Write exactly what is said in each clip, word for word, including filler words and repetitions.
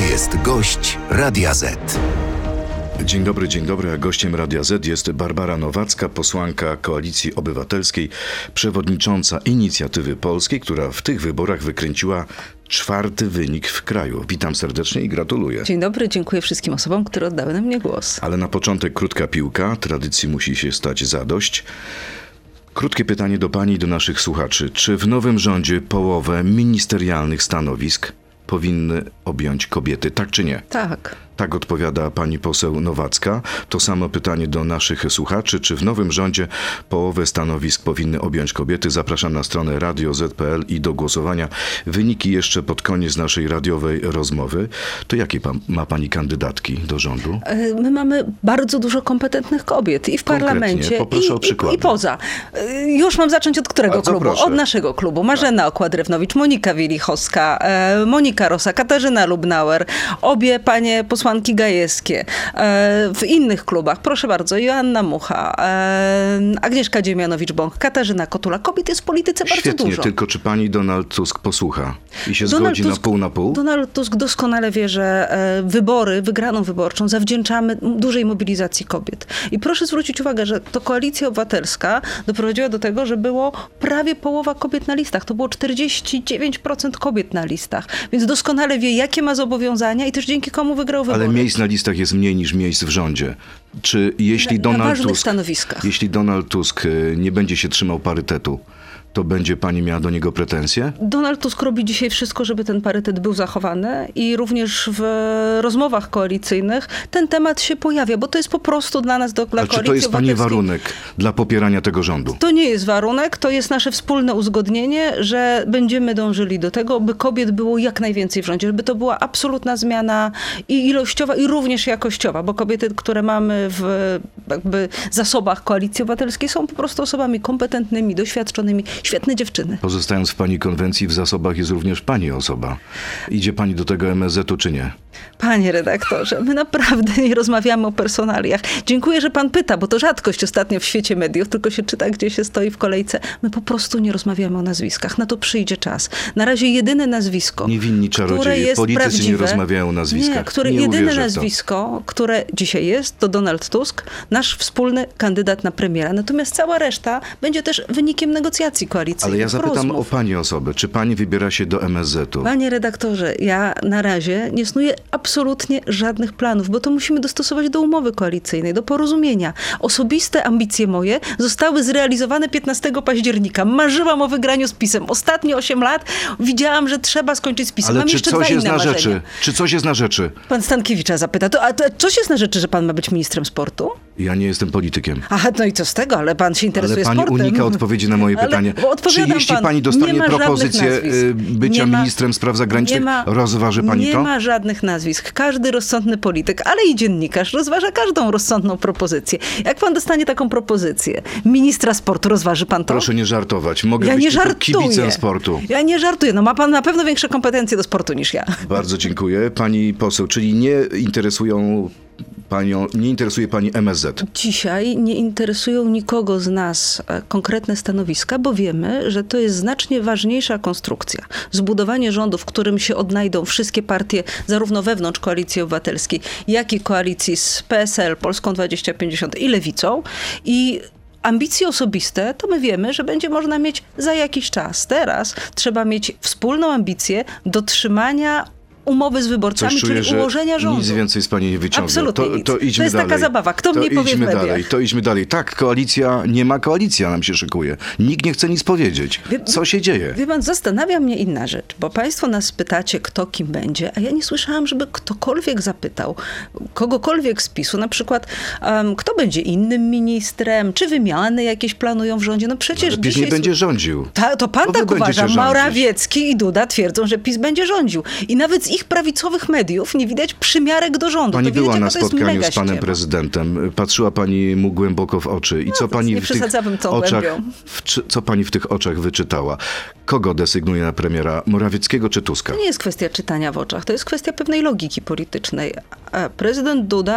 jest gość Radia Z. Dzień dobry, dzień dobry. A gościem Radia Z jest Barbara Nowacka, posłanka Koalicji Obywatelskiej, przewodnicząca Inicjatywy Polskiej, która w tych wyborach wykręciła czwarty wynik w kraju. Witam serdecznie i gratuluję. Dzień dobry, dziękuję wszystkim osobom, które oddały na mnie głos. Ale na początek krótka piłka. Tradycji musi się stać zadość. Krótkie pytanie do pani i do naszych słuchaczy. Czy w nowym rządzie połowę ministerialnych stanowisk powinny objąć kobiety, tak czy nie? Tak. Tak odpowiada pani poseł Nowacka. To samo pytanie do naszych słuchaczy. Czy w nowym rządzie połowę stanowisk powinny objąć kobiety? Zapraszam na stronę radio zet kropka pe el i do głosowania. Wyniki jeszcze pod koniec naszej radiowej rozmowy. To jakie pan, ma pani kandydatki do rządu? My mamy bardzo dużo kompetentnych kobiet i w parlamencie, poproszę o i, przykłady. i, i poza. Już mam zacząć od którego Bardzo klubu? proszę. Od naszego klubu. Marzena Okła-Drewnowicz, Monika Wielichowska, e, Monika Rosa, Katarzyna Lubnauer, obie panie posłanki gajewskie. E, w innych klubach, proszę bardzo, Joanna Mucha, e, Agnieszka Dziemianowicz-Bąk, Katarzyna Kotula. Kobiet jest w polityce bardzo Świetnie, dużo. tylko czy pani Donald Tusk posłucha i się Donald zgodzi Tusk, na pół na pół? Donald Tusk doskonale wie, że e, wybory, wygraną wyborczą zawdzięczamy dużej mobilizacji kobiet. I proszę zwrócić uwagę, że to Koalicja Obywatelska doprowadziła do tego, że było prawie połowa kobiet na listach. To było czterdzieści dziewięć procent kobiet na listach. Więc doskonale wie, jakie ma zobowiązania i też dzięki komu wygrał wybory. Ale miejsc na listach jest mniej niż miejsc w rządzie. Czy jeśli Na- na Donald ważnych Tusk, stanowiskach. jeśli Donald Tusk y, nie będzie się trzymał parytetu, to będzie pani miała do niego pretensje? Donald Tusk robi dzisiaj wszystko, żeby ten parytet był zachowany i również w rozmowach koalicyjnych ten temat się pojawia, bo to jest po prostu dla nas, do, dla Ale czy Koalicji to jest pani Obywatelskiej. warunek dla popierania tego rządu? To nie jest warunek, to jest nasze wspólne uzgodnienie, że będziemy dążyli do tego, by kobiet było jak najwięcej w rządzie, żeby to była absolutna zmiana i ilościowa, i również jakościowa, bo kobiety, które mamy w jakby zasobach Koalicji Obywatelskiej, są po prostu osobami kompetentnymi, doświadczonymi, świetne dziewczyny. Pozostając w pani konwencji, w zasobach jest również pani osoba. Idzie pani do tego em es zetu czy nie? Panie redaktorze, my naprawdę nie rozmawiamy o personaliach. Dziękuję, że pan pyta, bo to rzadkość ostatnio w świecie mediów, tylko się czyta, gdzie się stoi w kolejce. My po prostu nie rozmawiamy o nazwiskach. Na to przyjdzie czas. Na razie jedyne nazwisko, Niewinni które czarodzieje, jest politycy prawdziwe, nie rozmawiają o nazwiskach. Nie, które Nie jedyne uwierzę w to. nazwisko, które dzisiaj jest, to Donald Tusk, nasz wspólny kandydat na premiera. Natomiast cała reszta będzie też wynikiem negocjacji koalicyjnych. Ale ja zapytam rozmów. o pani osobę. Czy pani wybiera się do em es zetu? Panie redaktorze, ja na razie nie snuję absolutnie żadnych planów, bo to musimy dostosować do umowy koalicyjnej, do porozumienia. Osobiste ambicje moje zostały zrealizowane piętnastego października. Marzyłam o wygraniu z PiS-em. Ostatnie osiem lat widziałam, że trzeba skończyć z PiS-em. Ale Mam czy jeszcze coś dwa jest inne na marzenia. rzeczy? Czy coś jest na rzeczy? Pan Stankiewicza zapyta, to, a to, coś jest na rzeczy, że pan ma być ministrem sportu? Ja nie jestem politykiem. Aha, no i co z tego, ale pan się interesuje Ale pani sportem. unika odpowiedzi na moje Ale pytanie. Czy odpowiadam jeśli panu, pani nie dostanie ma żadnych propozycję nazwisk. y, bycia Nie ma- ministrem spraw zagranicznych, nie ma- rozważy pani nie to? Nie ma żadnych nazwisk. Każdy rozsądny polityk, ale i dziennikarz rozważa każdą rozsądną propozycję. Jak pan dostanie taką propozycję ministra sportu, rozważy pan to? Proszę nie żartować. Mogę Ja być nie tylko żartuję. kibicem sportu. Ja nie żartuję. No ma pan na pewno większe kompetencje do sportu niż ja. Bardzo dziękuję. Pani poseł, czyli nie interesują panią, nie interesuje pani em es zet. Dzisiaj nie interesują nikogo z nas e, konkretne stanowiska, bo wiemy, że to jest znacznie ważniejsza konstrukcja. Zbudowanie rządu, w którym się odnajdą wszystkie partie, zarówno wewnątrz Koalicji Obywatelskiej, jak i koalicji z P S L, Polską dwadzieścia pięćdziesiąt i Lewicą. I ambicje osobiste, to my wiemy, że będzie można mieć za jakiś czas. Teraz trzeba mieć wspólną ambicję dotrzymania umowy z wyborcami, Coś czuję, czyli że ułożenia rządu. nic więcej z pani nie wyciągnę. Absolutnie to, nic. to idźmy To jest dalej. taka zabawa. Kto to mnie powie w idźmy mediach? dalej, to idźmy dalej. Tak, koalicja, nie ma koalicja nam się szykuje. Nikt nie chce nic powiedzieć. Wie- Co się dzieje? Wie pan, zastanawia mnie inna rzecz, bo państwo nas pytacie, kto kim będzie, a ja nie słyszałam, żeby ktokolwiek zapytał, kogokolwiek z PiSu, na przykład um, kto będzie innym ministrem, czy wymiany jakieś planują w rządzie. No przecież Ale PiS dzisiaj... nie będzie rządził. Ta, to pan To wy tak będziecie uważa. rządzić. Morawiecki i Duda twierdzą, że PiS będzie rządził. I nawet z ich prawicowych mediów nie widać przymiarek do rządu. Pani to widać, była jaka na to jest spotkaniu mega z panem ściema. prezydentem. Patrzyła pani mu głęboko w oczy. I co to pani nie w tych przesadzałbym tą oczach, głębią. w, czy- co pani w tych oczach wyczytała? Kogo desygnuje na premiera? Morawieckiego czy Tuska? To nie jest kwestia czytania w oczach, to jest kwestia pewnej logiki politycznej. A prezydent Duda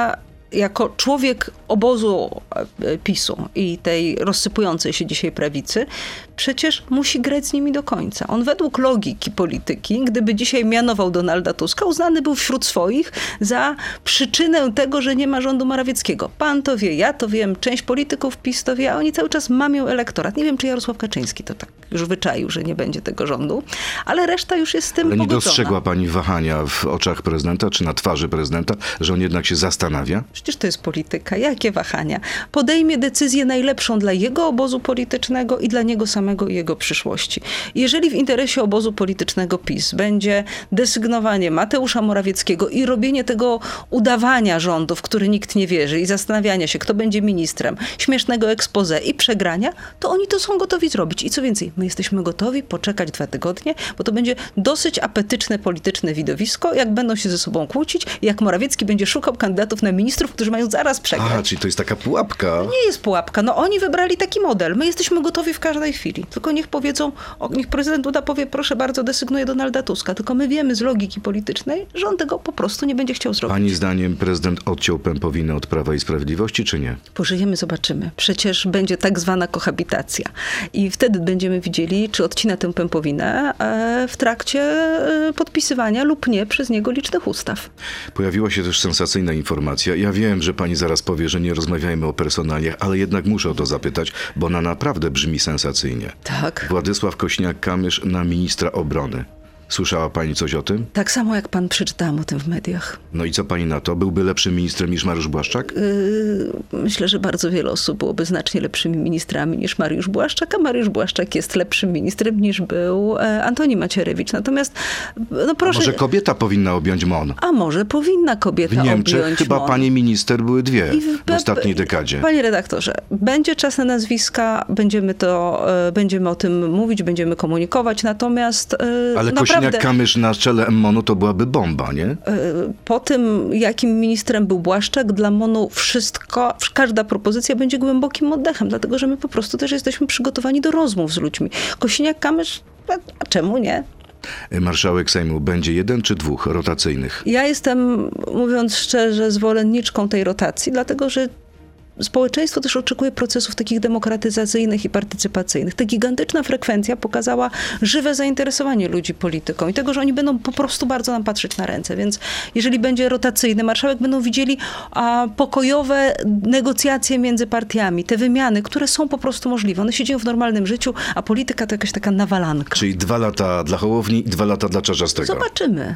jako człowiek obozu PiSu i tej rozsypującej się dzisiaj prawicy, przecież musi grać z nimi do końca. On według logiki polityki, gdyby dzisiaj mianował Donalda Tuska, uznany był wśród swoich za przyczynę tego, że nie ma rządu Morawieckiego. Pan to wie, ja to wiem, część polityków PiS to wie, a oni cały czas mamią elektorat. Nie wiem, czy Jarosław Kaczyński to tak już wyczaił, że nie będzie tego rządu, ale reszta już jest z tym Ale nie pogodzona. dostrzegła pani wahania w oczach prezydenta, czy na twarzy prezydenta, że on jednak się zastanawia? Przecież to jest polityka. Jakie wahania? Podejmie decyzję najlepszą dla jego obozu politycznego i dla niego samego i jego przyszłości. Jeżeli w interesie obozu politycznego PiS będzie desygnowanie Mateusza Morawieckiego i robienie tego udawania rządu, w który nikt nie wierzy i zastanawiania się, kto będzie ministrem, śmiesznego expose i przegrania, to oni to są gotowi zrobić. I co więcej, my jesteśmy gotowi poczekać dwa tygodnie, bo to będzie dosyć apetyczne polityczne widowisko, jak będą się ze sobą kłócić, jak Morawiecki będzie szukał kandydatów na ministrów, którzy mają zaraz przegrać. A, czyli to jest taka pułapka. Nie jest pułapka. No oni wybrali taki model. My jesteśmy gotowi w każdej chwili. Tylko niech powiedzą, o, niech prezydent Duda powie, proszę bardzo, desygnuje Donalda Tuska. Tylko my wiemy z logiki politycznej, że on tego po prostu nie będzie chciał zrobić. Pani zdaniem prezydent odciął pępowinę od Prawa i Sprawiedliwości, czy nie? Pożyjemy, zobaczymy. Przecież będzie tak zwana kohabitacja. I wtedy będziemy widzieli, czy odcina tę pępowinę e, w trakcie e, podpisywania lub nie przez niego licznych ustaw. Pojawiła się też sensacyjna informacja. Ja wiem, że pani zaraz powie, że nie rozmawiajmy o personaliach, ale jednak muszę o to zapytać, bo ona naprawdę brzmi sensacyjnie. Tak. Władysław Kosiniak-Kamysz na ministra obrony. Słyszała pani coś o tym? Tak samo jak pan, przeczytałam o tym w mediach. No i co pani na to? Byłby lepszym ministrem niż Mariusz Błaszczak? Yy, myślę, że bardzo wiele osób byłoby znacznie lepszymi ministrami niż Mariusz Błaszczak, a Mariusz Błaszczak jest lepszym ministrem niż był e, Antoni Macierewicz. Natomiast, no proszę... Może kobieta powinna objąć M O N? A może powinna kobieta W Niemczech objąć chyba M O N. pani minister były dwie I w ostatniej dekadzie. Panie redaktorze, będzie czas na nazwiska, będziemy to, e, będziemy o tym mówić, będziemy komunikować, natomiast e, Ale naprawdę... Kosiniak-Kamysz na czele M O N-u to byłaby bomba, nie? Po tym, jakim ministrem był Błaszczak, dla M O N-u wszystko, każda propozycja będzie głębokim oddechem, dlatego że my po prostu też jesteśmy przygotowani do rozmów z ludźmi. Kosiniak-Kamysz, a czemu nie? Marszałek Sejmu będzie jeden czy dwóch rotacyjnych? Ja jestem, mówiąc szczerze, zwolenniczką tej rotacji, dlatego że społeczeństwo też oczekuje procesów takich demokratyzacyjnych i partycypacyjnych. Ta gigantyczna frekwencja pokazała żywe zainteresowanie ludzi polityką i tego, że oni będą po prostu bardzo nam patrzeć na ręce. Więc jeżeli będzie rotacyjny marszałek, będą widzieli a, pokojowe negocjacje między partiami, te wymiany, które są po prostu możliwe. One się dzieją w normalnym życiu, a polityka to jakaś taka nawalanka. Czyli dwa lata dla Hołowni i dwa lata dla Czarzastego. Zobaczymy.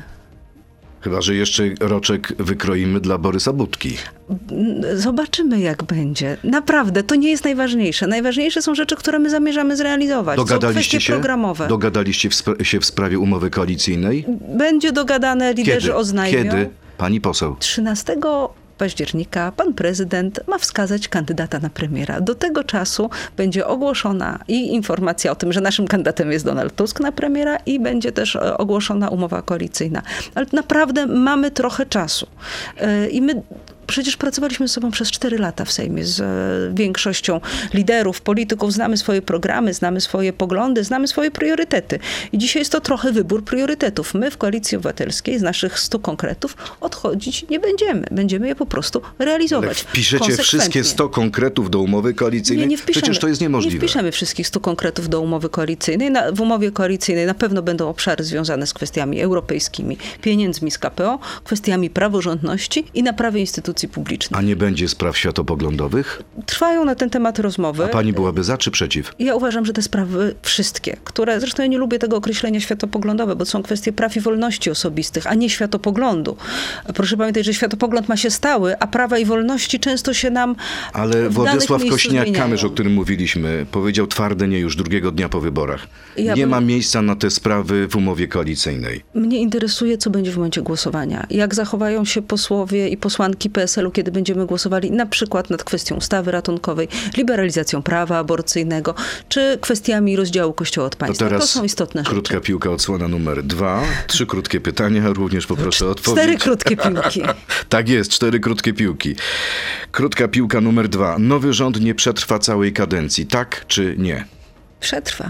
Chyba że jeszcze roczek wykroimy dla Borysa Budki. Zobaczymy, jak będzie. Naprawdę, to nie jest najważniejsze. Najważniejsze są rzeczy, które my zamierzamy zrealizować. Dogadaliście są kwestie się? programowe. Dogadaliście w spra- się w sprawie umowy koalicyjnej? Będzie dogadane, liderzy Kiedy? oznajmią. Kiedy? Pani poseł. trzynastego października pan prezydent ma wskazać kandydata na premiera. Do tego czasu będzie ogłoszona i informacja o tym, że naszym kandydatem jest Donald Tusk na premiera i będzie też ogłoszona umowa koalicyjna. Ale naprawdę mamy trochę czasu. I my przecież pracowaliśmy z sobą przez cztery lata w Sejmie z większością liderów, polityków. Znamy swoje programy, znamy swoje poglądy, znamy swoje priorytety. I dzisiaj jest to trochę wybór priorytetów. My w Koalicji Obywatelskiej z naszych stu konkretów odchodzić nie będziemy. Będziemy je po prostu realizować. Ale wpiszecie wszystkie sto konkretów do umowy koalicyjnej? Nie, nie wpiszemy. Przecież to jest niemożliwe. Nie wpiszemy wszystkich stu konkretów do umowy koalicyjnej. Na, w umowie koalicyjnej na pewno będą obszary związane z kwestiami europejskimi, pieniędzmi z K P O, kwestiami praworządności i naprawy instytucji publicznych. A nie będzie spraw światopoglądowych? Trwają na ten temat rozmowy. A pani byłaby za czy przeciw? Ja uważam, że te sprawy wszystkie, które, zresztą ja nie lubię tego określenia światopoglądowe, bo to są kwestie praw i wolności osobistych, a nie światopoglądu. Proszę pamiętać, że światopogląd ma się stały, a prawa i wolności często się nam Ale w Władysław danych miejscu Kosiniak-Kamysz, zmieniają. o którym mówiliśmy, powiedział twarde nie już drugiego dnia po wyborach. Ja nie bym- ma miejsca na te sprawy w umowie koalicyjnej. Mnie interesuje, co będzie w momencie głosowania. Jak zachowają się posłowie i posłanki P S L-u, kiedy będziemy głosowali na przykład nad kwestią ustawy ratunkowej, liberalizacją prawa aborcyjnego, czy kwestiami rozdziału Kościoła od To państwa. To, teraz są istotne krótka rzeczy. piłka, odsłona numer dwa. Trzy krótkie pytania, również poproszę o odpowiedź. Cztery krótkie piłki. Tak jest, cztery krótkie piłki. Krótka piłka numer dwa. Nowy rząd nie przetrwa całej kadencji, tak czy nie? Przetrwa.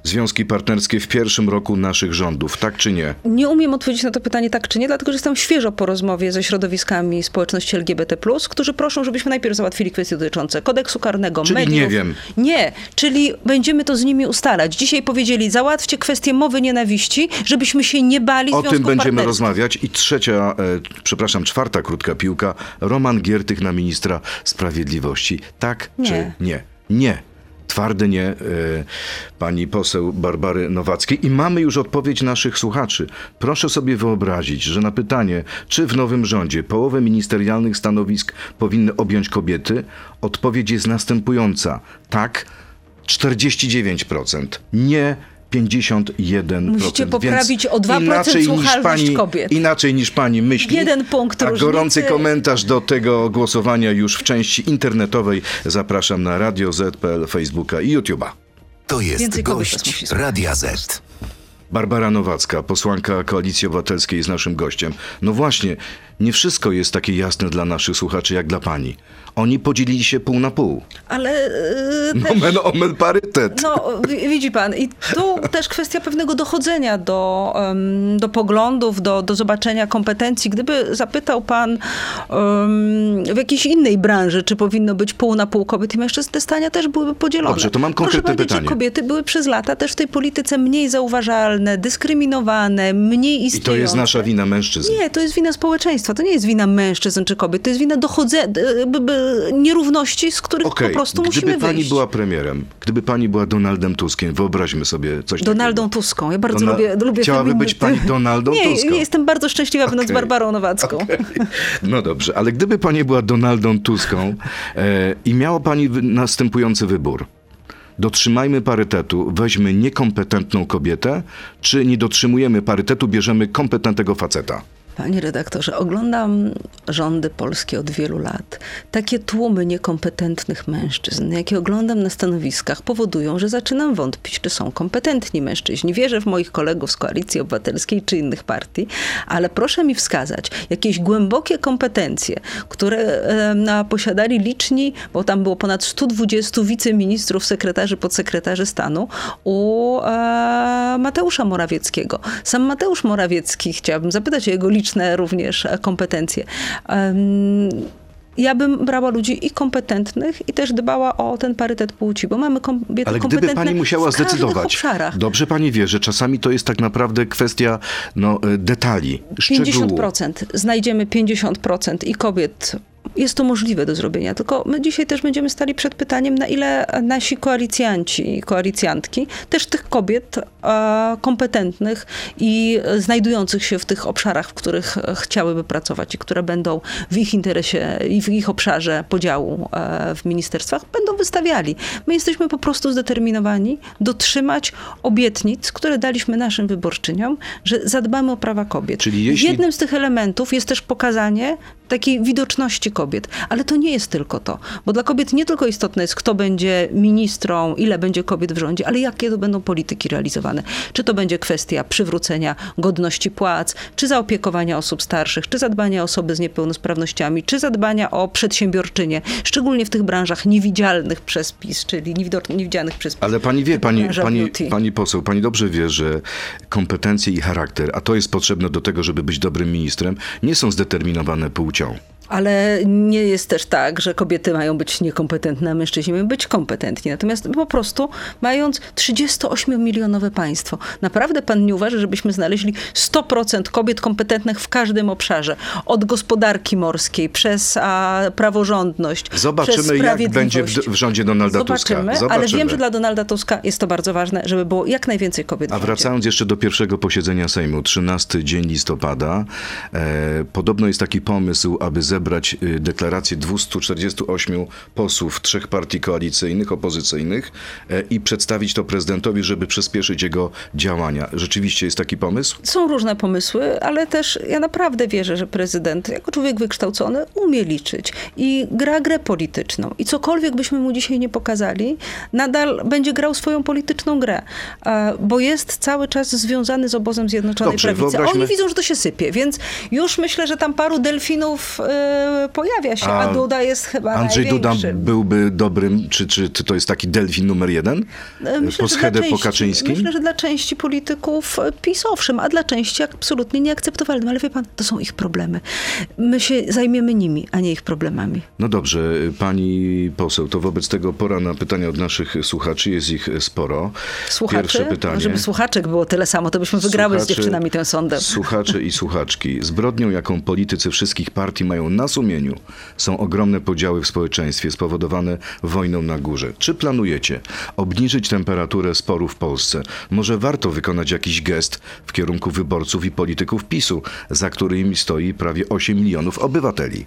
związki partnerskie w pierwszym roku naszych rządów, tak czy nie? Nie umiem odpowiedzieć na to pytanie tak czy nie, dlatego że jestem świeżo po rozmowie ze środowiskami społeczności L G B T plus, którzy proszą, żebyśmy najpierw załatwili kwestie dotyczące kodeksu karnego, Czyli mediów. nie wiem. Nie, czyli będziemy to z nimi ustalać. Dzisiaj powiedzieli, załatwcie kwestię mowy nienawiści, żebyśmy się nie bali O związków tym będziemy partnerskich. rozmawiać. I trzecia, e, przepraszam, czwarta krótka piłka. Roman Giertych na ministra sprawiedliwości. Tak Nie. czy nie? Nie. Twarde nie, e, pani poseł Barbary Nowackiej. I mamy już odpowiedź naszych słuchaczy. Proszę sobie wyobrazić, że na pytanie, czy w nowym rządzie połowę ministerialnych stanowisk powinny objąć kobiety, odpowiedź jest następująca. Tak, czterdzieści dziewięć procent. Nie, pięćdziesiąt jeden procent. Musicie poprawić Więc o dwa procent inaczej niż słuchalność pani, kobiet. Inaczej niż pani myśli. Jeden punkt A różnicy. gorący komentarz do tego głosowania już w części internetowej zapraszam na Radio Z kropka P L, Facebooka i YouTube'a. To jest Więcej kobiet nas gość musi słuchać. Radia Z. Barbara Nowacka, posłanka Koalicji Obywatelskiej, jest naszym gościem. No właśnie, nie wszystko jest takie jasne dla naszych słuchaczy jak dla pani. Oni podzielili się pół na pół. Ale yy, też, Nomen omen parytet. no, wi- widzi pan, i tu też kwestia pewnego dochodzenia do, em, do poglądów, do, do zobaczenia kompetencji. Gdyby zapytał pan em, w jakiejś innej branży, czy powinno być pół na pół kobiet i mężczyzn, te zdania też byłyby podzielone. Dobrze, to mam Proszę konkretne powiedzieć, pytanie. że kobiety były przez lata też w tej polityce mniej zauważalne, dyskryminowane, mniej I istniejące. to jest nasza wina mężczyzn. Nie, to jest wina społeczeństwa. To nie jest wina mężczyzn czy kobiet. To jest wina dochodzenia, nierówności, z których Okej, po prostu gdyby musimy pani wyjść. była premierem, gdyby pani była Donaldem Tuskiem, wyobraźmy sobie coś Donaldą takiego. Tuską. Ja bardzo Dona- lubię, lubię Chciałaby femininy- być pani Donaldą nie, Tuską? Nie, jestem bardzo szczęśliwa będąc Okej. Barbarą Nowacką. Okej. No dobrze, ale gdyby pani była Donaldą Tuską e, i miała pani wy- następujący wybór. Dotrzymajmy parytetu, weźmy niekompetentną kobietę, czy nie dotrzymujemy parytetu, bierzemy kompetentnego faceta? Panie redaktorze, oglądam rządy polskie od wielu lat. Takie tłumy niekompetentnych mężczyzn, jakie oglądam na stanowiskach, powodują, że zaczynam wątpić, czy są kompetentni mężczyźni. Wierzę w moich kolegów z Koalicji Obywatelskiej czy innych partii, ale proszę mi wskazać jakieś głębokie kompetencje, które e, na, posiadali liczni, bo tam było ponad stu dwudziestu wiceministrów, sekretarzy, podsekretarzy stanu u e, Mateusza Morawieckiego. Sam Mateusz Morawiecki, chciałabym zapytać o jego liczne również kompetencje. Um, Ja bym brała ludzi i kompetentnych i też dbała o ten parytet płci, bo mamy kobiety Ale kompetentne gdyby pani musiała w każdych zdecydować, obszarach. dobrze pani wie, że czasami to jest tak naprawdę kwestia no, e, detali, szczegółu. pięćdziesiąt procent. Znajdziemy pięćdziesiąt procent i kobiet. Jest to możliwe do zrobienia, tylko my dzisiaj też będziemy stali przed pytaniem, na ile nasi koalicjanci i koalicjantki, też tych kobiet e, kompetentnych i znajdujących się w tych obszarach, w których chciałyby pracować i które będą w ich interesie i w ich obszarze podziału e, w ministerstwach, będą wystawiali. My jesteśmy po prostu zdeterminowani dotrzymać obietnic, które daliśmy naszym wyborczyniom, że zadbamy o prawa kobiet. Czyli jeśli- Jednym z tych elementów jest też pokazanie takiej widoczności kobiet. Ale to nie jest tylko to. Bo dla kobiet nie tylko istotne jest, kto będzie ministrą, ile będzie kobiet w rządzie, ale jakie to będą polityki realizowane. Czy to będzie kwestia przywrócenia godności płac, czy zaopiekowania osób starszych, czy zadbania o osoby z niepełnosprawnościami, czy zadbania o przedsiębiorczynie. Szczególnie w tych branżach niewidzialnych przez PiS, czyli niewidocz- niewidzialnych przez PiS. Ale pani wie, pani, Branża pani, beauty. pani poseł, pani dobrze wie, że kompetencje i charakter, a to jest potrzebne do tego, żeby być dobrym ministrem, nie są zdeterminowane płcią. Ale nie jest też tak, że kobiety mają być niekompetentne, a mężczyźni mają być kompetentni. Natomiast po prostu mając trzydziestoośmiomilionowe państwo, naprawdę pan nie uważa, żebyśmy znaleźli sto procent kobiet kompetentnych w każdym obszarze. Od gospodarki morskiej, przez a, praworządność, przez Zobaczymy, jak sprawiedliwość. będzie w, w rządzie Donalda Zobaczymy, Tuska. ale wiem, że dla Donalda Tuska jest to bardzo ważne, żeby było jak najwięcej kobiet w A rządzie. wracając jeszcze do pierwszego posiedzenia Sejmu, trzynasty dzień listopada, e, podobno jest taki pomysł, aby zebrać e, deklarację dwustu czterdziestu ośmiu posłów trzech partii koalicyjnych, opozycyjnych e, i przedstawić to prezydentowi, żeby przyspieszyć jego działania. Rzeczywiście jest taki pomysł? Są różne pomysły, ale też ja naprawdę wierzę, że prezydent, jako człowiek wykształcony, umie liczyć i gra grę polityczną. I cokolwiek byśmy mu dzisiaj nie pokazali, nadal będzie grał swoją polityczną grę, e, bo jest cały czas związany z obozem Zjednoczonej Dobrze, Prawicy. A wyobraźmy- oni widzą, że to się sypie, więc już myślę, że tam paru delfinów e, e, pojawia się, a, A a Duda jest chyba Andrzej Duda największym. byłby dobrym, czy, czy, czy to jest taki delfin numer jeden? Myślę, Po że schedę dla po części- Kaczyńskim? Myślę, że dla części polityków PiS owszem, a dla części absolutnie nieakceptowalnym. Ale wie pan, to są ich problemy. My się zajmiemy nimi, a nie ich problemami. No dobrze, pani poseł, to wobec tego pora na pytania od naszych słuchaczy. Jest ich sporo. Słuchaczy? Pierwsze pytanie. Żeby słuchaczek było tyle samo, to byśmy wygrały z Słuchacze- dziewczynami tę sondę. Słuchacze i słuchaczki. Zbrodnią, jaką politycy wszystkich partii mają na sumieniu, są ogromne podziały w społeczeństwie spowodowane wojną na górze. Czy planujecie obniżyć temperaturę sporu w Polsce? Może warto wykonać jakiś gest w kierunku wyborców i polityków PiSu, za którymi stoi prawie osiem milionów obywateli?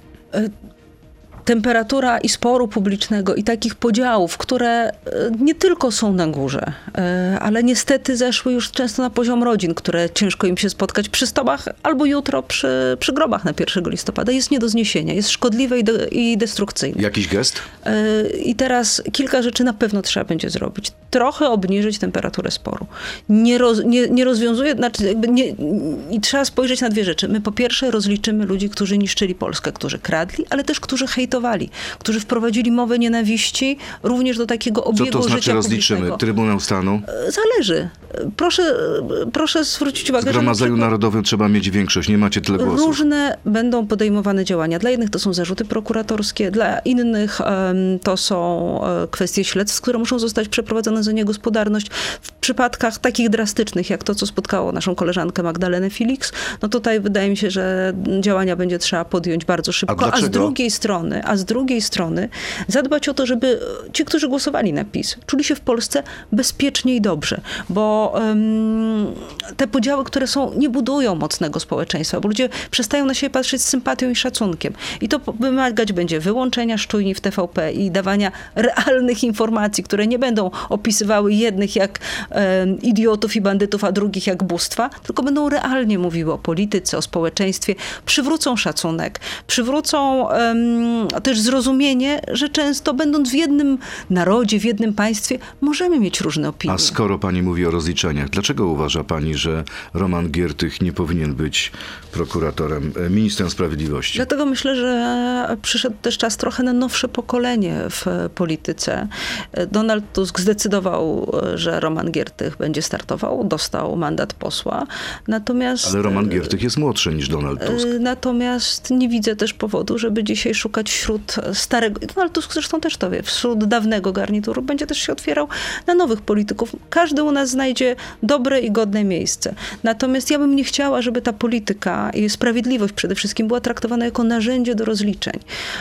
Temperatura i sporu publicznego i takich podziałów, które e, nie tylko są na górze, e, ale niestety zeszły już często na poziom rodzin, które ciężko im się spotkać przy stołach albo jutro przy, przy grobach na pierwszego listopada, jest nie do zniesienia, jest szkodliwe i, de, i destrukcyjne. Jakiś gest? E, I teraz kilka rzeczy na pewno trzeba będzie zrobić. Trochę obniżyć temperaturę sporu. Nie, roz, nie, nie rozwiązuje, znaczy jakby nie, i trzeba spojrzeć na dwie rzeczy. My po pierwsze rozliczymy ludzi, którzy niszczyli Polskę, którzy kradli, ale też którzy hejtowali, którzy wprowadzili mowę nienawiści również do takiego Co obiegu to znaczy życia rozliczymy? publicznego. Trybunał Stanu? E, Zależy. Proszę, proszę zwrócić uwagę, W że na Zgromadzeniu przykład Narodowym trzeba mieć większość, nie macie tyle głosów. różne będą podejmowane działania. Dla jednych to są zarzuty prokuratorskie, dla innych em, to są e, kwestie śledztw, które muszą zostać przeprowadzone za niegospodarność. W przypadkach takich drastycznych, jak to, co spotkało naszą koleżankę Magdalenę Felix, no tutaj wydaje mi się, że działania będzie trzeba podjąć bardzo szybko. A, dlaczego? z drugiej strony, a z drugiej strony zadbać o to, żeby ci, którzy głosowali na PiS, czuli się w Polsce bezpiecznie i dobrze, bo em, te podziały, które są, nie budują mocnego społeczeństwa, bo ludzie przestają na siebie patrzeć z sympatią i szacunkiem. I to wymagać będzie wyłączenia szczujni w T V P i dawania realnych informacji, które nie będą opisywały jednych jak em, idiotów i bandytów, a drugich jak bóstwa, tylko będą realnie mówiły o polityce, o społeczeństwie, przywrócą szacunek, przywrócą em, też zrozumienie, że często będąc w jednym narodzie, w jednym państwie, możemy mieć różne opinie. A skoro pani mówi o rozliczeniach, dlaczego uważa pani, że Roman Giertych nie powinien być prokuratorem, e, ministrem sprawiedliwości? Dlatego myślę, że przyszedł też czas trochę na nowsze pokolenie w polityce. Donald Tusk zdecydował, że Roman Giertych będzie startował, dostał mandat posła. Natomiast, Ale Roman Giertych jest młodszy niż Donald Tusk. Natomiast nie widzę też powodu, żeby dzisiaj szukać wśród starego, Donald Tusk zresztą też to wie, wśród dawnego garnituru będzie też się otwierał na nowych polityków. Każdy u nas znajdzie dobre i godne miejsce. Natomiast ja bym nie chciała, żeby ta polityka i sprawiedliwość przede wszystkim była traktowana jako narzędzie do rozliczeń.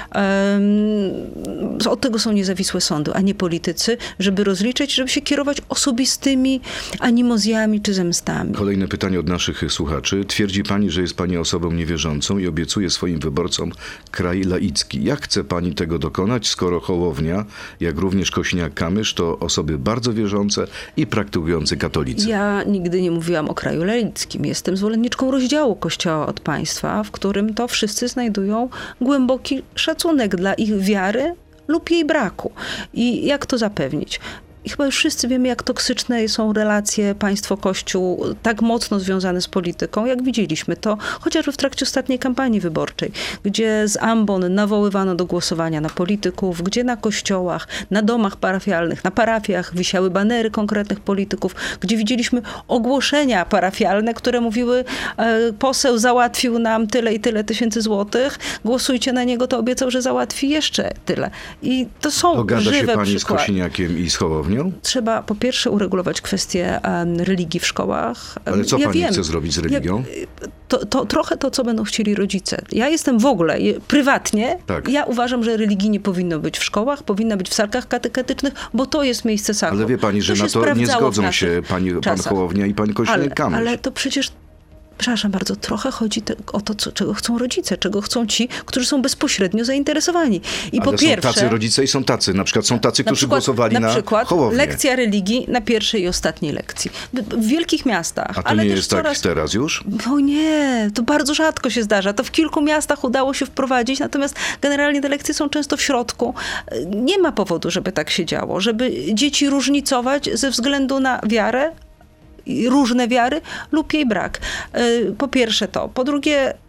Um, od tego są niezawisłe sądy, a nie politycy, żeby rozliczać, żeby się kierować osobistymi animozjami czy zemstami. Kolejne pytanie od naszych słuchaczy. Twierdzi pani, że jest pani osobą niewierzącą i obiecuje swoim wyborcom kraj laicki. Jak chce pani tego dokonać, skoro Hołownia, jak również Kośniak-Kamysz to osoby bardzo wierzące i praktykujący katolicy? Ja nigdy nie mówiłam o kraju laickim. Jestem zwolenniczką rozdziału Kościoła od państwa, w którym to wszyscy znajdują głęboki szacunek dla ich wiary lub jej braku. I jak to zapewnić? I chyba już wszyscy wiemy, jak toksyczne są relacje państwo-kościół, tak mocno związane z polityką, jak widzieliśmy to chociażby w trakcie ostatniej kampanii wyborczej, gdzie z ambon nawoływano do głosowania na polityków, gdzie na kościołach, na domach parafialnych, na parafiach wisiały banery konkretnych polityków, gdzie widzieliśmy ogłoszenia parafialne, które mówiły, e, poseł załatwił nam tyle i tyle tysięcy złotych, głosujcie na niego, to obiecał, że załatwi jeszcze tyle. I to są Dogada żywe się pani przykłady. z Kosiniakiem i z Hołownią? Trzeba po pierwsze uregulować kwestię um, religii w szkołach. Ale co ja pani wiem, chce zrobić z religią? Ja, to, to trochę to, co będą chcieli rodzice. Ja jestem w ogóle, je, prywatnie, Tak. ja uważam, że religii nie powinno być w szkołach, powinna być w salkach katechetycznych, bo to jest miejsce sakrum. Ale wie pani, że się na to nie sprawdzało w zgodzą naszych się pani, pan czasach. Hołownia i pan Ale, Kośniak-Kamysz. ale to przecież, przepraszam bardzo, trochę chodzi te, o to, co, czego chcą rodzice, czego chcą ci, którzy są bezpośrednio zainteresowani. I Ale po są pierwsze, tacy rodzice i są tacy. Na przykład są tacy, na którzy przykład, głosowali na, na przykład Hołownię. lekcja religii na pierwszej i ostatniej lekcji. W, w wielkich miastach. A to ale nie też jest coraz... tak teraz już? No nie, to bardzo rzadko się zdarza. To w kilku miastach udało się wprowadzić, natomiast generalnie te lekcje są często w środku. Nie ma powodu, żeby tak się działo, żeby dzieci różnicować ze względu na wiarę, różne wiary lub jej brak. Po pierwsze to. Po drugie,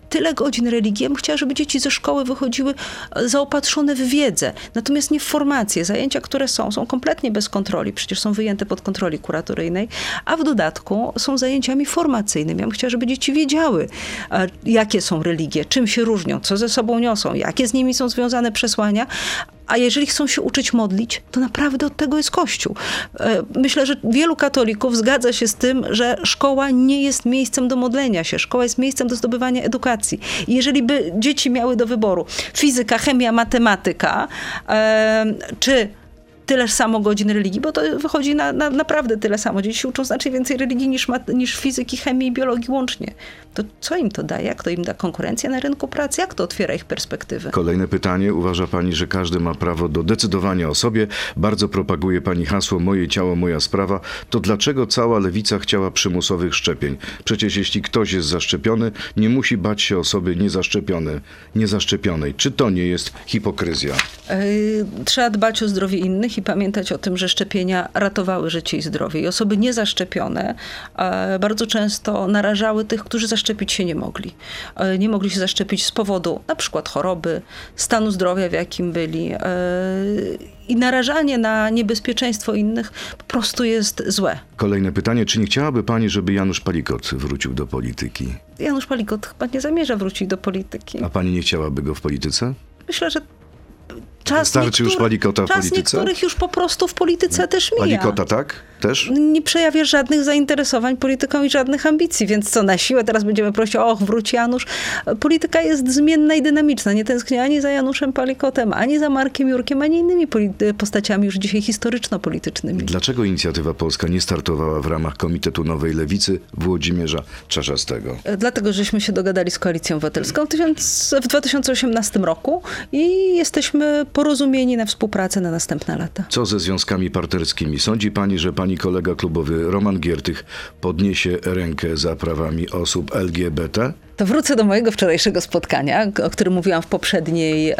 tyle godzin religii. Ja bym chciała, żeby dzieci ze szkoły wychodziły zaopatrzone w wiedzę, natomiast nie w formacje. Zajęcia, które są, są kompletnie bez kontroli, przecież są wyjęte pod kontroli kuratoryjnej, a w dodatku są zajęciami formacyjnymi. Ja bym chciała, żeby dzieci wiedziały, jakie są religie, czym się różnią, co ze sobą niosą, jakie z nimi są związane przesłania. A jeżeli chcą się uczyć modlić, to naprawdę od tego jest Kościół. Myślę, że wielu katolików zgadza się z tym, że szkoła nie jest miejscem do modlenia się. Szkoła jest miejscem do zdobywania edukacji. I jeżeli by dzieci miały do wyboru fizyka, chemia, matematyka, czy tyleż samo godzin religii, bo to wychodzi na, na naprawdę tyle samo. Dzieci się uczą znacznie więcej religii niż, niż fizyki, chemii i biologii łącznie. To co im to daje? Jak to im da konkurencja na rynku pracy? Jak to otwiera ich perspektywy? Kolejne pytanie. Uważa pani, że każdy ma prawo do decydowania o sobie? Bardzo propaguje pani hasło moje ciało, moja sprawa. To dlaczego cała lewica chciała przymusowych szczepień? Przecież jeśli ktoś jest zaszczepiony, nie musi bać się osoby niezaszczepione, niezaszczepionej. Czy to nie jest hipokryzja? Yy, trzeba dbać o zdrowie innych i pamiętać o tym, że szczepienia ratowały życie i zdrowie. I osoby niezaszczepione e, bardzo często narażały tych, którzy zaszczepić się nie mogli. E, nie mogli się zaszczepić z powodu na przykład choroby, stanu zdrowia, w jakim byli. E, I narażanie na niebezpieczeństwo innych po prostu jest złe. Kolejne pytanie. Czy nie chciałaby pani, żeby Janusz Palikot wrócił do polityki? Janusz Palikot chyba nie zamierza wrócić do polityki. A pani nie chciałaby go w polityce? Myślę, że czas, Wystarczy już Palikota w czas polityce? niektórych już po prostu w polityce też mija. Palikota tak? Też? Nie przejawia żadnych zainteresowań polityką i żadnych ambicji, więc co na siłę teraz będziemy prosić, och, wróć Janusz. Polityka jest zmienna i dynamiczna. Nie tęsknię ani za Januszem Palikotem, ani za Markiem Jurkiem, ani innymi postaciami już dzisiaj historyczno-politycznymi. Dlaczego Inicjatywa Polska nie startowała w ramach Komitetu Nowej Lewicy Włodzimierza Czarzastego? Dlatego, żeśmy się dogadali z Koalicją Obywatelską w dwa tysiące osiemnastym roku i jesteśmy porozumieni na współpracę na następne lata. Co ze związkami partnerskimi? Sądzi pani, że pani kolega klubowy Roman Giertych podniesie rękę za prawami osób L G B T? To wrócę do mojego wczorajszego spotkania, o którym mówiłam w poprzedniej,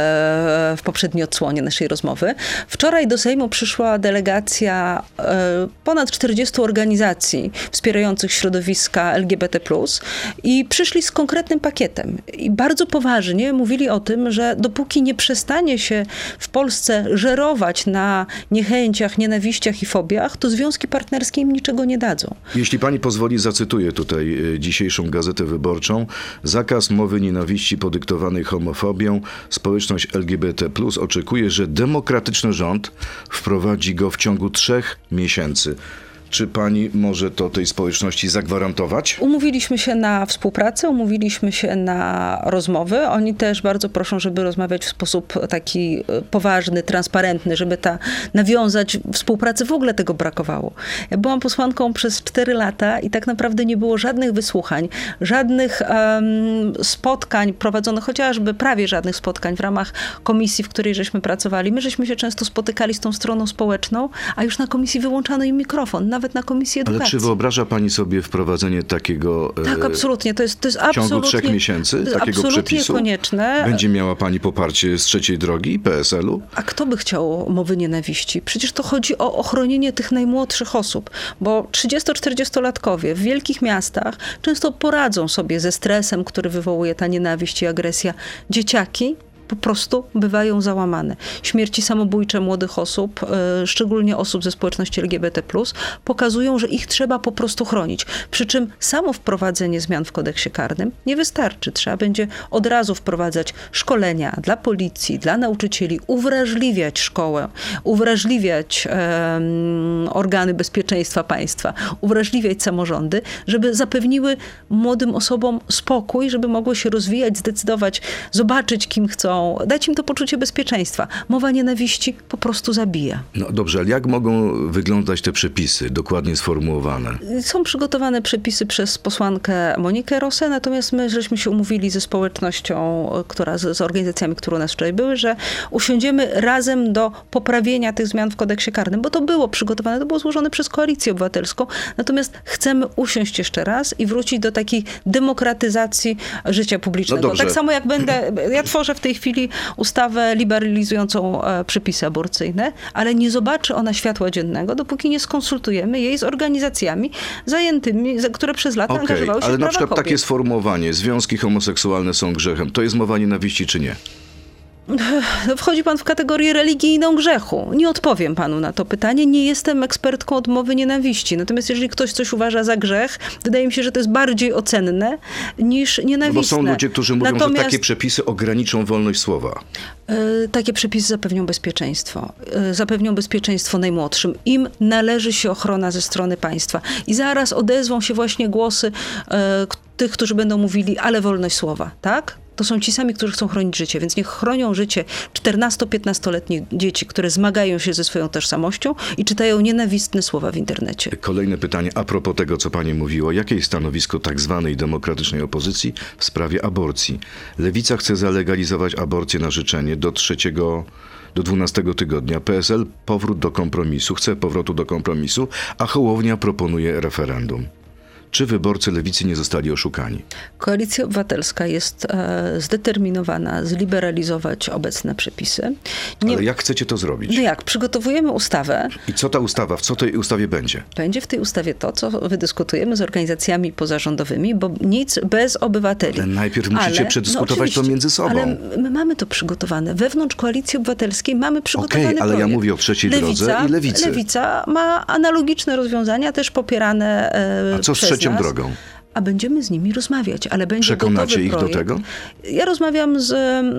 w poprzedniej odsłonie naszej rozmowy. Wczoraj do Sejmu przyszła delegacja ponad czterdziestu organizacji wspierających środowiska L G B T plus i przyszli z konkretnym pakietem. I bardzo poważnie mówili o tym, że dopóki nie przestanie się w Polsce żerować na niechęciach, nienawiściach i fobiach, to związki partnerskie im niczego nie dadzą. Jeśli pani pozwoli, zacytuję tutaj dzisiejszą Gazetę Wyborczą. Zakaz mowy nienawiści podyktowanej homofobią. Społeczność L G B T plus oczekuje, że demokratyczny rząd wprowadzi go w ciągu trzech miesięcy. Czy pani może to tej społeczności zagwarantować? Umówiliśmy się na współpracę, umówiliśmy się na rozmowy. Oni też bardzo proszą, żeby rozmawiać w sposób taki poważny, transparentny, żeby ta nawiązać współpracę. W ogóle tego brakowało. Ja byłam posłanką przez cztery lata i tak naprawdę nie było żadnych wysłuchań, żadnych um, spotkań prowadzonych, chociażby prawie żadnych spotkań w ramach komisji, w której żeśmy pracowali. My żeśmy się często spotykali z tą stroną społeczną, a już na komisji wyłączano im mikrofon. Nawet na Komisji Edukacji. Ale czy wyobraża pani sobie wprowadzenie takiego Tak, absolutnie. To jest, to jest w ciągu trzech miesięcy takiego absolutnie przepisu? Konieczne. Będzie miała pani poparcie z Trzeciej Drogi i P S L u? A kto by chciał mowy nienawiści? Przecież to chodzi o ochronienie tych najmłodszych osób, bo trzydziesto-czterdziestolatkowie w wielkich miastach często poradzą sobie ze stresem, który wywołuje ta nienawiść i agresja. Dzieciaki po prostu bywają załamane. Śmierci samobójcze młodych osób, yy, szczególnie osób ze społeczności L G B T plus, pokazują, że ich trzeba po prostu chronić. Przy czym samo wprowadzenie zmian w kodeksie karnym nie wystarczy. Trzeba będzie od razu wprowadzać szkolenia dla policji, dla nauczycieli, uwrażliwiać szkołę, uwrażliwiać yy, organy bezpieczeństwa państwa, uwrażliwiać samorządy, żeby zapewniły młodym osobom spokój, żeby mogły się rozwijać, zdecydować, zobaczyć, kim chcą, dać im to poczucie bezpieczeństwa. Mowa nienawiści po prostu zabija. No dobrze, ale jak mogą wyglądać te przepisy, dokładnie sformułowane? Są przygotowane przepisy przez posłankę Monikę Rosę, natomiast my żeśmy się umówili ze społecznością, która, z, z organizacjami, które u nas wczoraj były, że usiądziemy razem do poprawienia tych zmian w kodeksie karnym, bo to było przygotowane, to było złożone przez Koalicję Obywatelską, natomiast chcemy usiąść jeszcze raz i wrócić do takiej demokratyzacji życia publicznego. No tak samo jak będę, ja tworzę w tej chwili chwili ustawę liberalizującą e, przepisy aborcyjne, ale nie zobaczy ona światła dziennego, dopóki nie skonsultujemy jej z organizacjami zajętymi, za- które przez lata Okej, angażowały się ale w na prawa przykład kobiet. takie sformułowanie, związki homoseksualne są grzechem, to jest mowa nienawiści czy nie? Wchodzi pan w kategorię religijną grzechu. Nie odpowiem panu na to pytanie. Nie jestem ekspertką od mowy nienawiści. Natomiast jeżeli ktoś coś uważa za grzech, wydaje mi się, że to jest bardziej ocenne niż No nienawistne. bo są ludzie, którzy mówią, Natomiast, że takie przepisy ograniczą wolność słowa. y, takie przepisy zapewnią bezpieczeństwo. Y, zapewnią bezpieczeństwo najmłodszym. Im należy się ochrona ze strony państwa. I zaraz odezwą się właśnie głosy y, k- tych, którzy będą mówili, ale wolność słowa, tak? To są ci sami, którzy chcą chronić życie, więc niech chronią życie czternasto-piętnastoletnich dzieci, które zmagają się ze swoją tożsamością i czytają nienawistne słowa w internecie. Kolejne pytanie a propos tego, co pani mówiła. Jakie jest stanowisko tak zwanej demokratycznej opozycji w sprawie aborcji? Lewica chce zalegalizować aborcję na życzenie do trzeciego, do dwunastego tygodnia. P S L powrót do kompromisu, chce powrotu do kompromisu, a Hołownia proponuje referendum. Czy wyborcy lewicy nie zostali oszukani? Koalicja Obywatelska jest e, zdeterminowana zliberalizować obecne przepisy. Nie, Ale jak chcecie to zrobić? no jak, przygotowujemy ustawę. I co ta ustawa, w co tej ustawie będzie? Będzie w tej ustawie to, co wydyskutujemy z organizacjami pozarządowymi, bo nic bez obywateli. Ale najpierw musicie Ale- przedyskutować to oczywiście, między sobą. Ale my mamy to przygotowane. Wewnątrz Koalicji Obywatelskiej mamy przygotowany Okej, ale ja projekt. mówię o trzeciej drodze i lewicy. Lewica ma analogiczne rozwiązania, też popierane e, A co z przez trzecią nas. drogą? A będziemy z nimi rozmawiać, ale będzie Przekonacie gotowy ich do projekt. tego? Ja rozmawiam z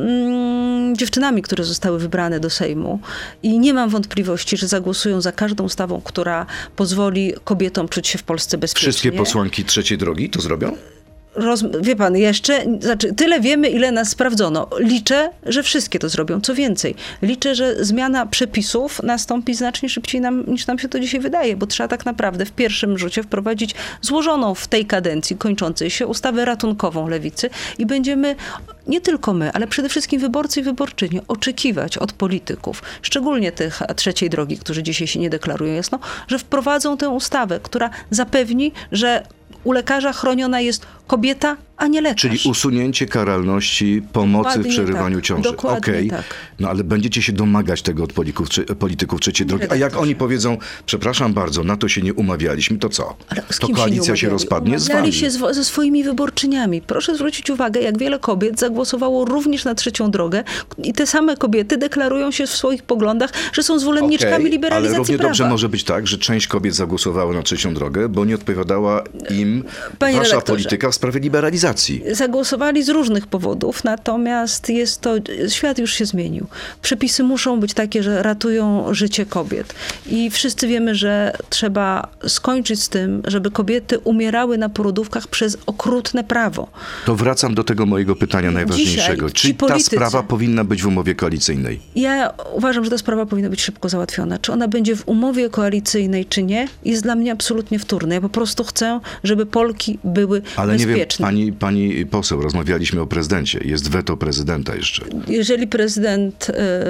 mm, dziewczynami, które zostały wybrane do Sejmu i nie mam wątpliwości, że zagłosują za każdą ustawą, która pozwoli kobietom czuć się w Polsce bezpiecznie. Wszystkie posłanki trzeciej drogi to zrobią? Roz, wie pan, jeszcze, znaczy tyle wiemy, ile nas sprawdzono. Liczę, że wszystkie to zrobią. Co więcej, liczę, że zmiana przepisów nastąpi znacznie szybciej nam, niż nam się to dzisiaj wydaje, bo trzeba tak naprawdę w pierwszym rzucie wprowadzić złożoną w tej kadencji kończącej się ustawę ratunkową Lewicy i będziemy, nie tylko my, ale przede wszystkim wyborcy i wyborczynie, oczekiwać od polityków, szczególnie tych trzeciej drogi, którzy dzisiaj się nie deklarują jasno, że wprowadzą tę ustawę, która zapewni, że u lekarza chroniona jest kobieta, a nie lekarz. Czyli usunięcie karalności pomocy Dokładnie w przerywaniu tak. ciąży. Dokładnie Okej, tak. no ale będziecie się domagać tego od polityków, czy, polityków trzeciej drogi. A jak Redaktorze. oni powiedzą, przepraszam bardzo, na to się nie umawialiśmy, to co? Ale z To kim koalicja się, się, nie rozpadnie z wami. Umawiali się z, ze swoimi wyborczyniami. Proszę zwrócić uwagę, jak wiele kobiet zagłosowało również na trzecią drogę i te same kobiety deklarują się w swoich poglądach, że są zwolenniczkami Okej, liberalizacji ale równie prawa. dobrze może być tak, że część kobiet zagłosowała na trzecią drogę, bo nie odpowiadała im Panie wasza redaktorze. polityka w sprawie liberalizacji. Zagłosowali z różnych powodów, natomiast jest to, świat już się zmienił. Przepisy muszą być takie, że ratują życie kobiet. I wszyscy wiemy, że trzeba skończyć z tym, żeby kobiety umierały na porodówkach przez okrutne prawo. To wracam do tego mojego pytania najważniejszego. ci Czy ta politycy- sprawa powinna być w umowie koalicyjnej? Ja uważam, że ta sprawa powinna być szybko załatwiona. Czy ona będzie w umowie koalicyjnej, czy nie, jest dla mnie absolutnie wtórne. Ja po prostu chcę, żeby Polki były Ale nie bezpieczne. wiem, pani, pani poseł, rozmawialiśmy o prezydencie. Jest weto prezydenta jeszcze. Jeżeli prezydent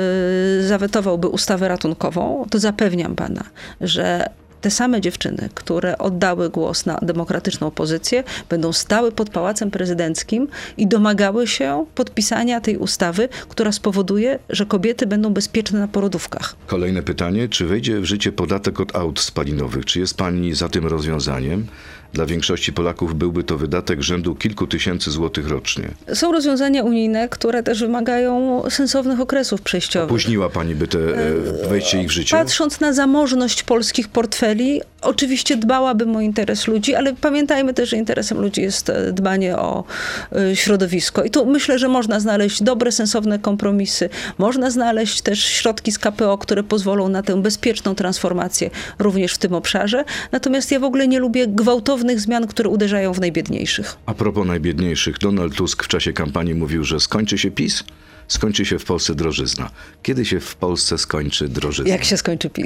y, zawetowałby ustawę ratunkową, to zapewniam pana, że te same dziewczyny, które oddały głos na demokratyczną opozycję, będą stały pod Pałacem Prezydenckim i domagały się podpisania tej ustawy, która spowoduje, że kobiety będą bezpieczne na porodówkach. Kolejne pytanie. Czy wejdzie w życie podatek od aut spalinowych? Czy jest pani za tym rozwiązaniem? Dla większości Polaków byłby to wydatek rzędu kilku tysięcy złotych rocznie. Są rozwiązania unijne, które też wymagają sensownych okresów przejściowych. Opóźniła pani by te e, wejście ich w życie? Patrząc na zamożność polskich portfeli, oczywiście dbałabym o interes ludzi, ale pamiętajmy też, że interesem ludzi jest e, dbanie o e, środowisko. I tu myślę, że można znaleźć dobre, sensowne kompromisy. Można znaleźć też środki z K P O, które pozwolą na tę bezpieczną transformację również w tym obszarze. Natomiast ja w ogóle nie lubię gwałtownych zmian, które uderzają w najbiedniejszych. A propos najbiedniejszych, Donald Tusk w czasie kampanii mówił, że skończy się PiS, skończy się w Polsce drożyzna. Kiedy się w Polsce skończy drożyzna? Jak się skończy PiS?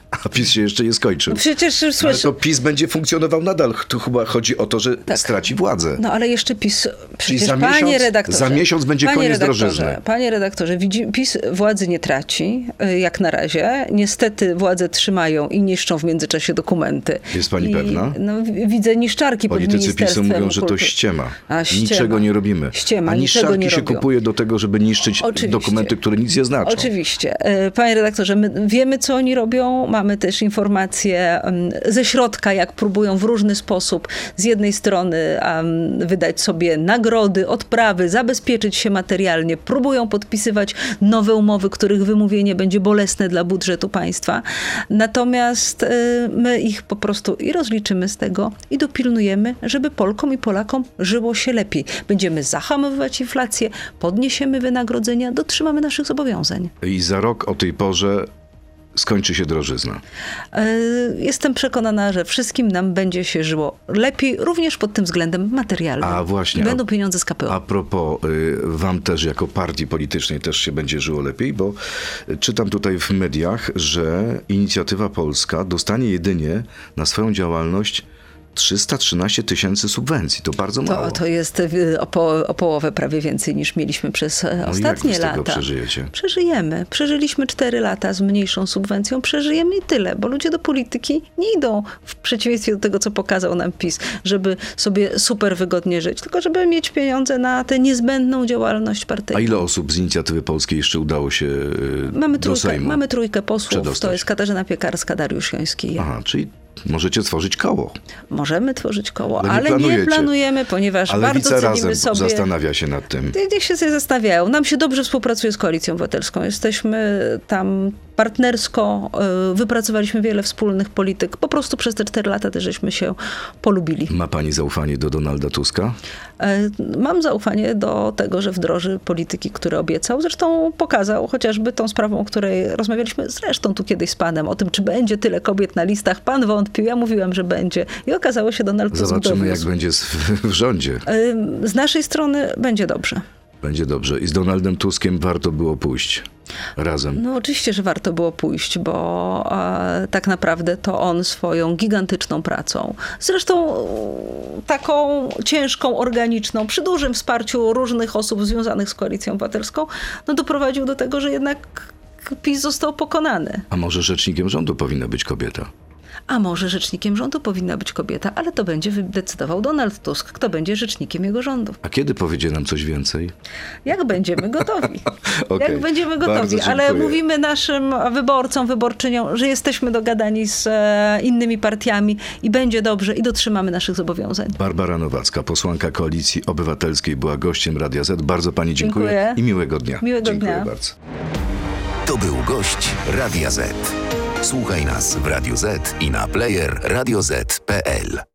A PiS się jeszcze nie skończył. No przecież Ale słyszę... to PiS będzie funkcjonował nadal. Tu chyba chodzi o to, że Tak. straci władzę. No ale jeszcze PiS... Przecież za panie miesiąc- redaktorze... za miesiąc będzie panie koniec redaktorze, drożyzny. Panie redaktorze, widzi, PiS władzy nie traci, y, jak na razie. Niestety władzę trzymają i niszczą w międzyczasie dokumenty. Jest pani I, pewna? No, w- widzę niszczarki pod Politycy PiSu ministerstwem mówią, że to kultury. ściema. A, ściema. Niczego nie robimy. Ściema, A niczego niszczarki nie się robią. kupuje do tego, żeby niszczyć Oczywiście. dokumenty, które nic nie znaczą. Oczywiście. E, Panie redaktorze, my wiemy, co oni robią. Mamy też informacje em, ze środka, jak próbują w różny sposób z jednej strony em, wydać sobie nagrody, odprawy, zabezpieczyć się materialnie. Próbują podpisywać nowe umowy, których wymówienie będzie bolesne dla budżetu państwa. Natomiast e, my ich po prostu i rozliczymy z tego i dopilnujemy, żeby Polkom i Polakom żyło się lepiej. Będziemy zahamowywać inflację, podniesiemy wynagrodzenia, dotrzymamy naszych zobowiązań. I za rok o tej porze skończy się drożyzna. E, Jestem przekonana, że wszystkim nam będzie się żyło lepiej, również pod tym względem materialnym. A właśnie, I będą a- pieniądze z K P O. A propos, y, wam też jako partii politycznej też się będzie żyło lepiej, bo y, czytam tutaj w mediach, że Inicjatywa Polska dostanie jedynie na swoją działalność trzysta trzynaście tysięcy subwencji. To bardzo mało. To, to jest y, o, po, o połowę prawie więcej niż mieliśmy przez e, No i jak ostatnie wy z tego lata. przeżyjecie? Przeżyjemy. Przeżyliśmy cztery lata z mniejszą subwencją. Przeżyjemy i tyle, bo ludzie do polityki nie idą w przeciwieństwie do tego, co pokazał nam PiS, żeby sobie super wygodnie żyć, tylko żeby mieć pieniądze na tę niezbędną działalność A partyjną. ile osób z Inicjatywy Polskiej jeszcze udało się y, Mamy do trójkę, Sejmu? mamy trójkę posłów. przedostać? To jest Katarzyna Piekarska, Dariusz Joński i ja. Aha, czyli możecie tworzyć koło. Możemy tworzyć koło, Ale nie ale planujecie. nie planujemy, ponieważ Ale bardzo Wica cenimy razem sobie... zastanawia się nad tym. Niech się sobie zastanawiają. Nam się dobrze współpracuje z Koalicją Obywatelską. Jesteśmy tam partnersko, y, wypracowaliśmy wiele wspólnych polityk. Po prostu przez te cztery lata też żeśmy się polubili. Ma pani zaufanie do Donalda Tuska? Y, Mam zaufanie do tego, że wdroży polityki, które obiecał. Zresztą pokazał chociażby tą sprawą, o której rozmawialiśmy zresztą tu kiedyś z panem, o tym, czy będzie tyle kobiet na listach. Pan wątpił, ja mówiłam, że będzie. I okazało się, Donald Tusk Zobaczymy, jak dowiózł. będzie z, w rządzie. Y, Z naszej strony będzie dobrze. Będzie dobrze. I z Donaldem Tuskiem warto było pójść razem. No oczywiście, że warto było pójść, bo e, tak naprawdę to on swoją gigantyczną pracą, zresztą e, taką ciężką, organiczną, przy dużym wsparciu różnych osób związanych z Koalicją Obywatelską, no doprowadził do tego, że jednak PiS został pokonany. A może rzecznikiem rządu powinna być kobieta? A może rzecznikiem rządu powinna być kobieta, ale to będzie decydował Donald Tusk, kto będzie rzecznikiem jego rządu. A kiedy powiedzie nam coś więcej? Jak będziemy gotowi. Okej, Jak będziemy bardzo gotowi. Ale dziękuję. mówimy naszym wyborcom, wyborczyniom, że jesteśmy dogadani z e, innymi partiami i będzie dobrze i dotrzymamy naszych zobowiązań. Barbara Nowacka, posłanka Koalicji Obywatelskiej, była gościem Radia Z. Bardzo pani dziękuję, Dziękuję. i miłego dnia. Miłego dziękuję dnia. bardzo. To był gość Radia Z. Słuchaj nas w Radio Z i na player radio zet kropka pe el.